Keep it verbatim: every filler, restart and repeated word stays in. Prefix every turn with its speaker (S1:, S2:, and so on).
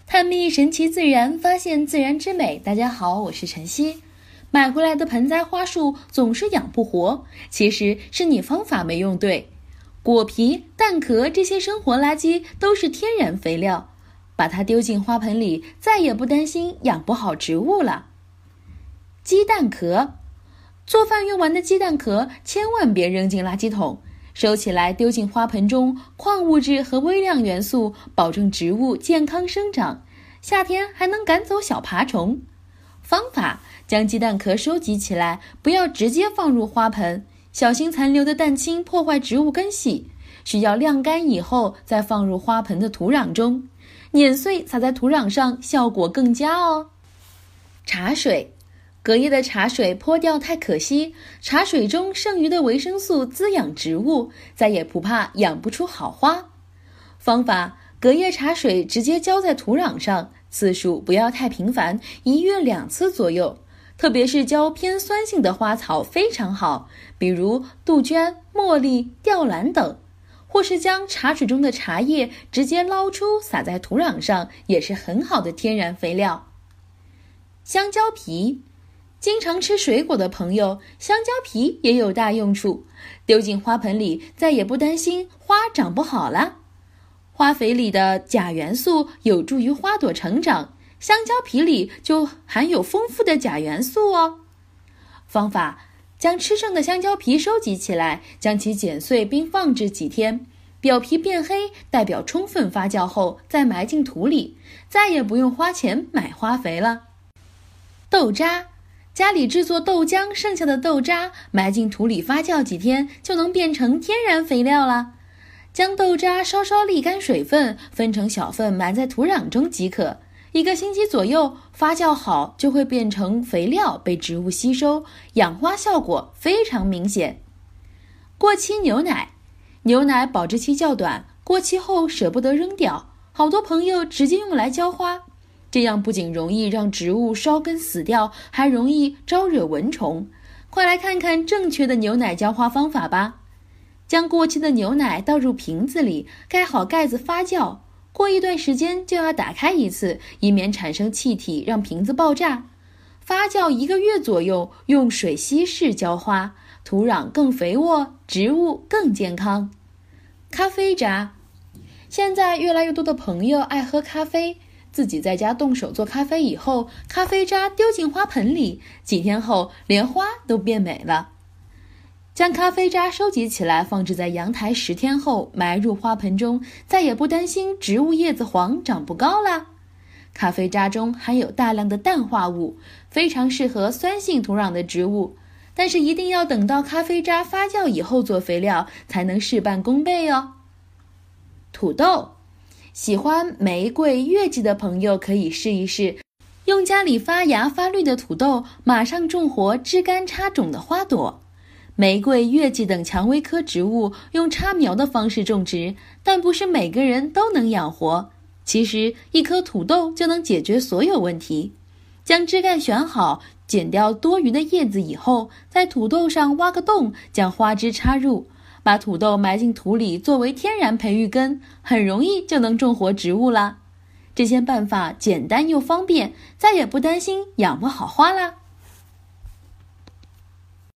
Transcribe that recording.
S1: 探秘神奇自然，发现自然之美。大家好，我是晨曦。买回来的盆栽花束总是养不活，其实是你方法没用对。果皮、蛋壳这些生活垃圾都是天然肥料，把它丢进花盆里，再也不担心养不好植物了。鸡蛋壳，做饭用完的鸡蛋壳千万别扔进垃圾桶，收起来丢进花盆中，矿物质和微量元素保证植物健康生长，夏天还能赶走小爬虫。方法：将鸡蛋壳收集起来，不要直接放入花盆，小心残留的蛋清破坏植物根系，需要晾干以后再放入花盆的土壤中，碾碎撒在土壤上，效果更佳哦。茶水，隔夜的茶水泼掉太可惜，茶水中剩余的维生素滋养植物，再也不怕养不出好花。方法：隔夜茶水直接浇在土壤上，次数不要太频繁，一月两次左右。特别是浇偏酸性的花草非常好，比如杜鹃、茉莉、吊兰等，或是将茶水中的茶叶直接捞出撒在土壤上，也是很好的天然肥料。香蕉皮，经常吃水果的朋友，香蕉皮也有大用处，丢进花盆里，再也不担心花长不好了。花肥里的钾元素有助于花朵成长，香蕉皮里就含有丰富的钾元素哦。方法：将吃剩的香蕉皮收集起来，将其剪碎并放置几天，表皮变黑代表充分发酵后再埋进土里，再也不用花钱买花肥了。豆渣，家里制作豆浆剩下的豆渣埋进土里发酵几天，就能变成天然肥料了。将豆渣稍稍沥干水分，分成小份埋在土壤中即可。一个星期左右发酵好，就会变成肥料，被植物吸收，养花效果非常明显。过期牛奶，牛奶保质期较短，过期后舍不得扔掉，好多朋友直接用来浇花，这样不仅容易让植物烧根死掉，还容易招惹蚊虫。快来看看正确的牛奶浇花方法吧。将过期的牛奶倒入瓶子里，盖好盖子发酵，过一段时间就要打开一次，以免产生气体让瓶子爆炸。发酵一个月左右，用水稀释浇花，土壤更肥沃，植物更健康。咖啡渣，现在越来越多的朋友爱喝咖啡，自己在家动手做咖啡以后，咖啡渣丢进花盆里，几天后连花都变美了。将咖啡渣收集起来，放置在阳台十天后埋入花盆中，再也不担心植物叶子黄长不高啦。咖啡渣中含有大量的氮化物，非常适合酸性土壤的植物，但是一定要等到咖啡渣发酵以后做肥料，才能事半功倍哦。土豆，喜欢玫瑰、月季的朋友可以试一试，用家里发芽发绿的土豆，马上种活枝干插种的花朵。玫瑰、月季等蔷薇科植物用插苗的方式种植，但不是每个人都能养活。其实一颗土豆就能解决所有问题。将枝干选好，剪掉多余的叶子以后，在土豆上挖个洞，将花枝插入，把土豆埋进土里作为天然培育根，很容易就能种活植物啦。这些办法简单又方便，再也不担心养不好花啦。